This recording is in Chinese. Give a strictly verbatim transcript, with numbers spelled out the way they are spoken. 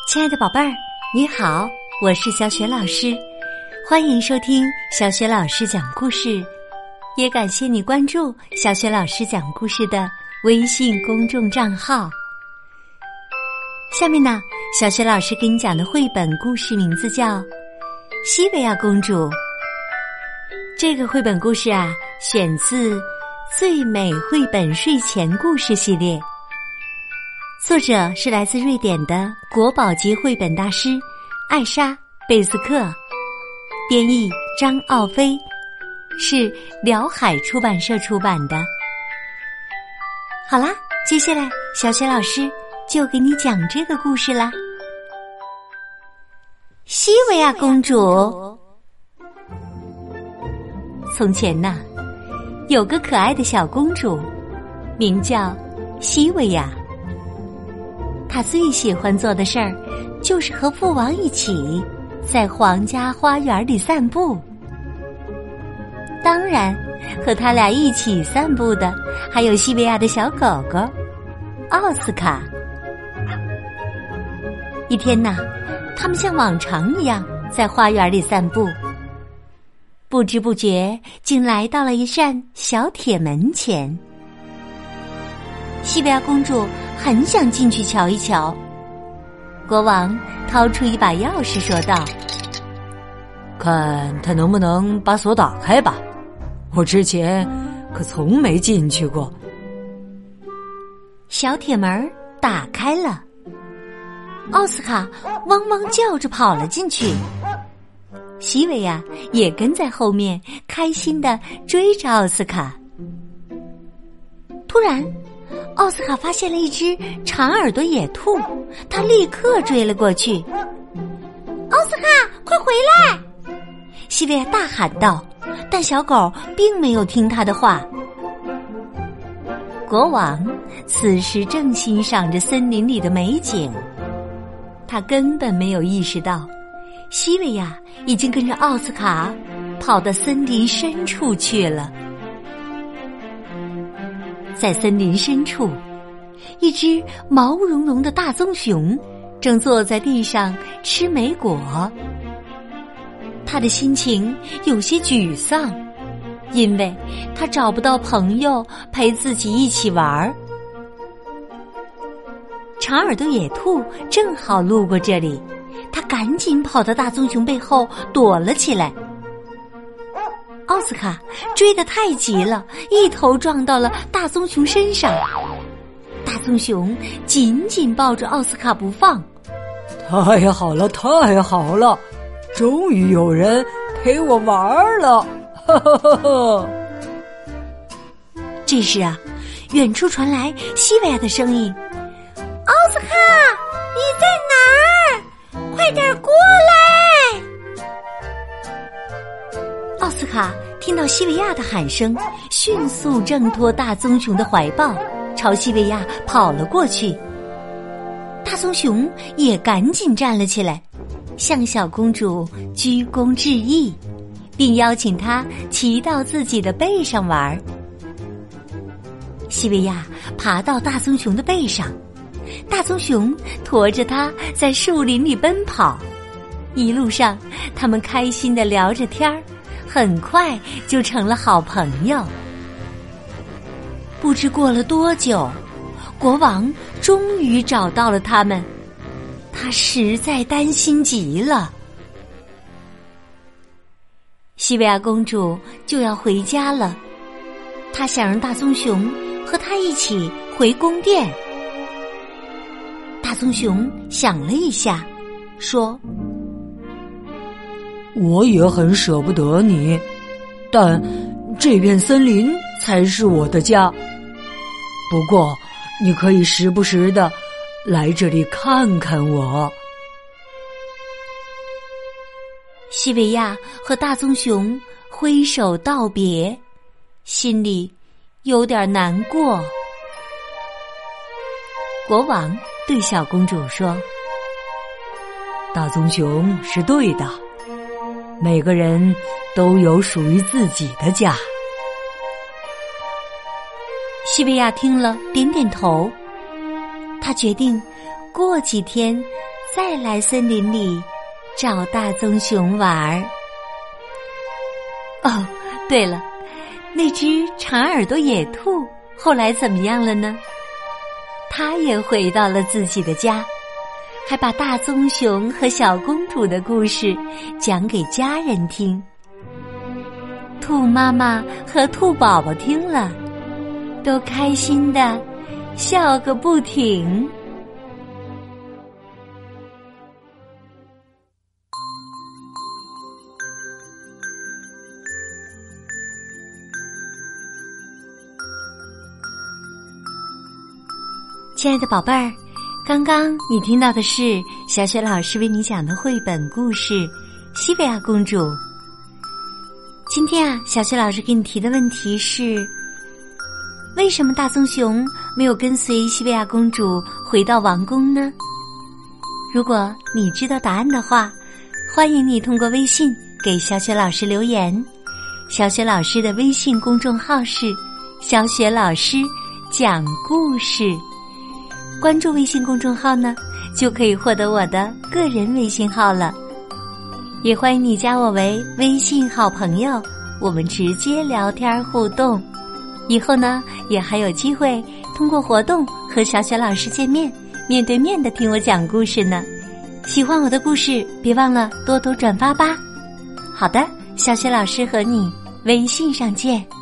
亲爱的宝贝儿，你好，我是小雪老师，欢迎收听小雪老师讲故事，也感谢你关注小雪老师讲故事的微信公众账号。下面呢，小雪老师给你讲的绘本故事名字叫《西维亚公主》。这个绘本故事啊，选自最美绘本睡前故事系列，作者是来自瑞典的国宝级绘本大师艾莎·贝斯克，编译张奥飞，是辽海出版社出版的。好啦，接下来小雪老师就给你讲这个故事啦。西维亚公主。从前呢，有个可爱的小公主，名叫西维亚。她最喜欢做的事儿，就是和父王一起在皇家花园里散步。当然，和他俩一起散步的，还有西维亚的小狗狗奥斯卡。一天呢，他们像往常一样在花园里散步，不知不觉竟来到了一扇小铁门前。西维亚公主很想进去瞧一瞧。国王掏出一把钥匙说道： 看他能不能把锁打开吧，我之前可从没进去过。 小铁门打开了，奥斯卡汪汪叫着跑了进去，西维亚也跟在后面开心地追着奥斯卡。突然奥斯卡发现了一只长耳朵野兔，他立刻追了过去。奥斯卡，快回来！西维亚大喊道，但小狗并没有听他的话。国王此时正欣赏着森林里的美景，他根本没有意识到西维亚已经跟着奥斯卡跑到森林深处去了。在森林深处，一只毛茸茸的大棕熊正坐在地上吃莓果。他的心情有些沮丧，因为他找不到朋友陪自己一起玩。长耳朵野兔正好路过这里，他赶紧跑到大棕熊背后躲了起来。奥斯卡追得太急了，一头撞到了大棕熊身上。大棕熊紧紧抱着奥斯卡不放。 太好了，太好了，终于有人陪我玩了，哈哈哈哈。 这时啊，远处传来西维亚的声音：奥斯卡，你在哪儿？快点过来！奥斯卡听到西维亚的喊声，迅速挣脱大棕熊的怀抱，朝西维亚跑了过去。大棕熊也赶紧站了起来，向小公主鞠躬致意，并邀请她骑到自己的背上玩。西维亚爬到大棕熊的背上，大棕熊驮着它在树林里奔跑。一路上，他们开心地聊着天儿，很快就成了好朋友。不知过了多久，国王终于找到了他们，他实在担心极了。西维亚公主就要回家了，她想让大棕熊和她一起回宫殿。大棕熊想了一下，说： 我也很舍不得你，但这片森林才是我的家。不过你可以时不时的来这里看看我。 西维亚和大棕熊挥手道别，心里有点难过。国王对小公主说： 大棕熊是对的，每个人都有属于自己的家。 西维亚听了点点头，他决定过几天再来森林里找大棕熊玩儿。哦，对了，那只长耳朵野兔后来怎么样了呢？它也回到了自己的家，还把大棕熊和小公主的故事讲给家人听。兔妈妈和兔宝宝听了，都开心地笑个不停。亲爱的宝贝儿，刚刚你听到的是小雪老师为你讲的绘本故事《西维亚公主》。今天啊，小雪老师给你提的问题是：为什么大棕熊没有跟随西维亚公主回到王宫呢？如果你知道答案的话，欢迎你通过微信给小雪老师留言。小雪老师的微信公众号是小雪老师讲故事。关注微信公众号呢，就可以获得我的个人微信号了。也欢迎你加我为微信好朋友，我们直接聊天互动。以后呢，也还有机会通过活动和小雪老师见面，面对面的听我讲故事呢。喜欢我的故事，别忘了多多转发吧。好的，小雪老师和你微信上见。